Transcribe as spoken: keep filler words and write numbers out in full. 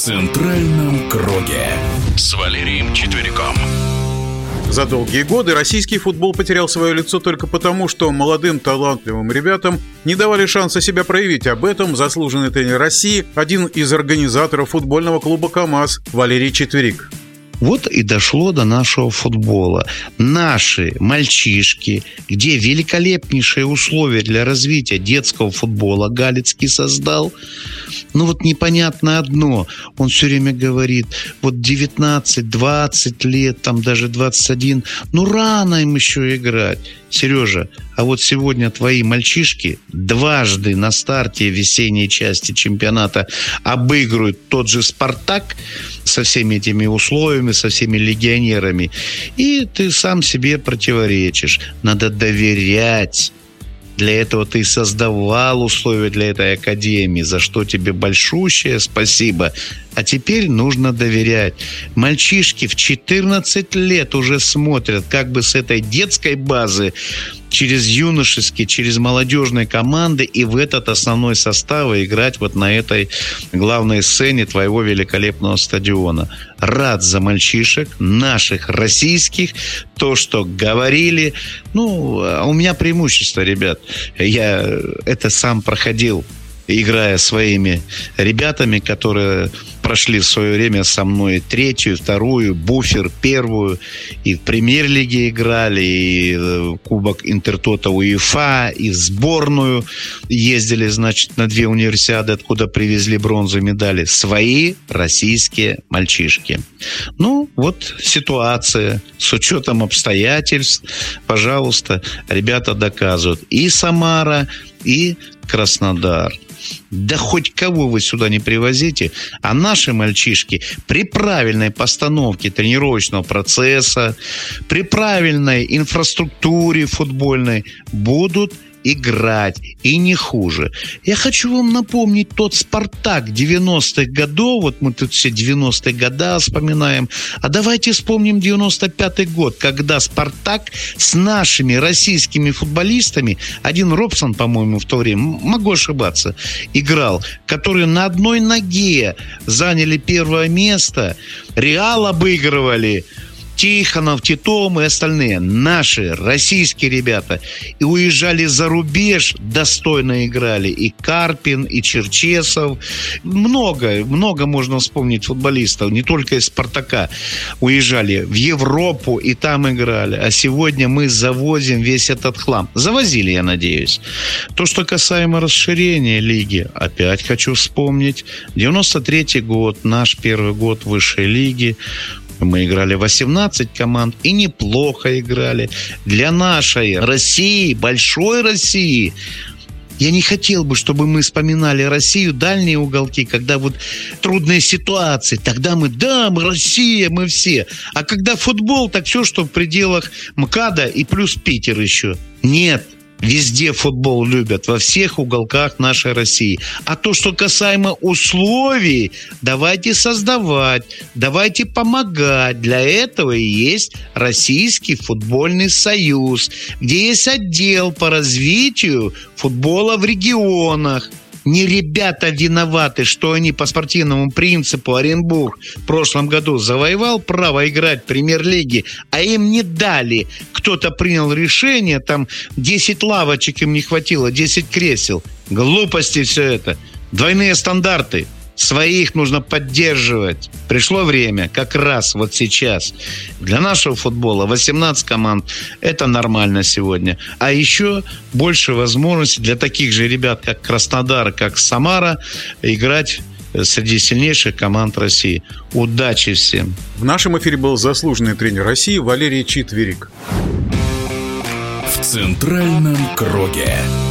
центральном круге с Валерием Четвериком. За долгие годы российский футбол потерял свое лицо только потому, что молодым талантливым ребятам не давали шанса себя проявить. Об этом заслуженный тренер России, один из организаторов футбольного клуба КамАЗ Валерий Четверик. Вот и дошло до нашего футбола. Наши мальчишки, где великолепнейшие условия для развития детского футбола Галицкий создал. Ну вот непонятно одно. Он все время говорит, вот девятнадцать-двадцать лет, там даже двадцать один, ну рано им еще играть. Сережа, а вот сегодня твои мальчишки дважды на старте весенней части чемпионата обыгрывают тот же «Спартак» со всеми этими условиями, со всеми легионерами. И ты сам себе противоречишь. Надо доверять. Для этого ты создавал условия для этой академии, за что тебе большущее спасибо. А теперь нужно доверять. Мальчишки в четырнадцать лет уже смотрят, как бы с этой детской базы через юношеские, через молодежные команды и в этот основной состав играть вот на этой главной сцене твоего великолепного стадиона. Рад за мальчишек, наших, российских, то, что говорили. Ну, а у меня преимущество, ребят. Я это сам проходил, играя своими ребятами, которые прошли в свое время со мной третью, вторую, буфер, первую, и в премьер-лиге играли, и в Кубок Интертота УЕФА, и в сборную ездили, значит, на две универсиады, откуда привезли бронзу, медали. Свои российские мальчишки. Ну, вот ситуация. С учетом обстоятельств, пожалуйста, ребята доказывают. И Самара, и Краснодар. Да хоть кого вы сюда не привозите, а наши мальчишки при правильной постановке тренировочного процесса, при правильной инфраструктуре футбольной будут играть, и не хуже. Я хочу вам напомнить тот «Спартак» девяностых годов, вот мы тут все девяностые года вспоминаем, а давайте вспомним девяносто пятый год, когда «Спартак» с нашими российскими футболистами, один Робсон, по-моему, в то время, могу ошибаться, играл, которые на одной ноге заняли первое место, Реал обыгрывали, Тихонов, Титом и остальные, наши, российские ребята, и уезжали за рубеж, достойно играли. И Карпин, и Черчесов. Много, много можно вспомнить футболистов, не только из «Спартака». Уезжали в Европу и там играли. А сегодня мы завозим весь этот хлам. Завозили, я надеюсь. То, что касаемо расширения лиги, опять хочу вспомнить. девяносто третий год, наш первый год высшей лиги. Мы играли восемнадцать команд и неплохо играли. Для нашей России, большой России, я не хотел бы, чтобы мы вспоминали Россию, дальние уголки, когда вот трудные ситуации. Тогда мы, да, мы Россия, мы все. А когда футбол, так все, что в пределах МКАДа и плюс Питер еще. Нет. Везде футбол любят, во всех уголках нашей России. А то, что касаемо условий, давайте создавать, давайте помогать. Для этого и есть Российский футбольный союз, где есть отдел по развитию футбола в регионах. Не ребята виноваты, что они по спортивному принципу Оренбург в прошлом году завоевал право играть в премьер-лиге, а им не дали. Кто-то принял решение, там десять лавочек им не хватило, десять кресел. Глупости все это. Двойные стандарты. Своих нужно поддерживать. Пришло время, как раз вот сейчас. Для нашего футбола восемнадцать команд – это нормально сегодня. А еще больше возможностей для таких же ребят, как Краснодар, как Самара, играть среди сильнейших команд России. Удачи всем! В нашем эфире был заслуженный тренер России Валерий Четверик. В центральном круге.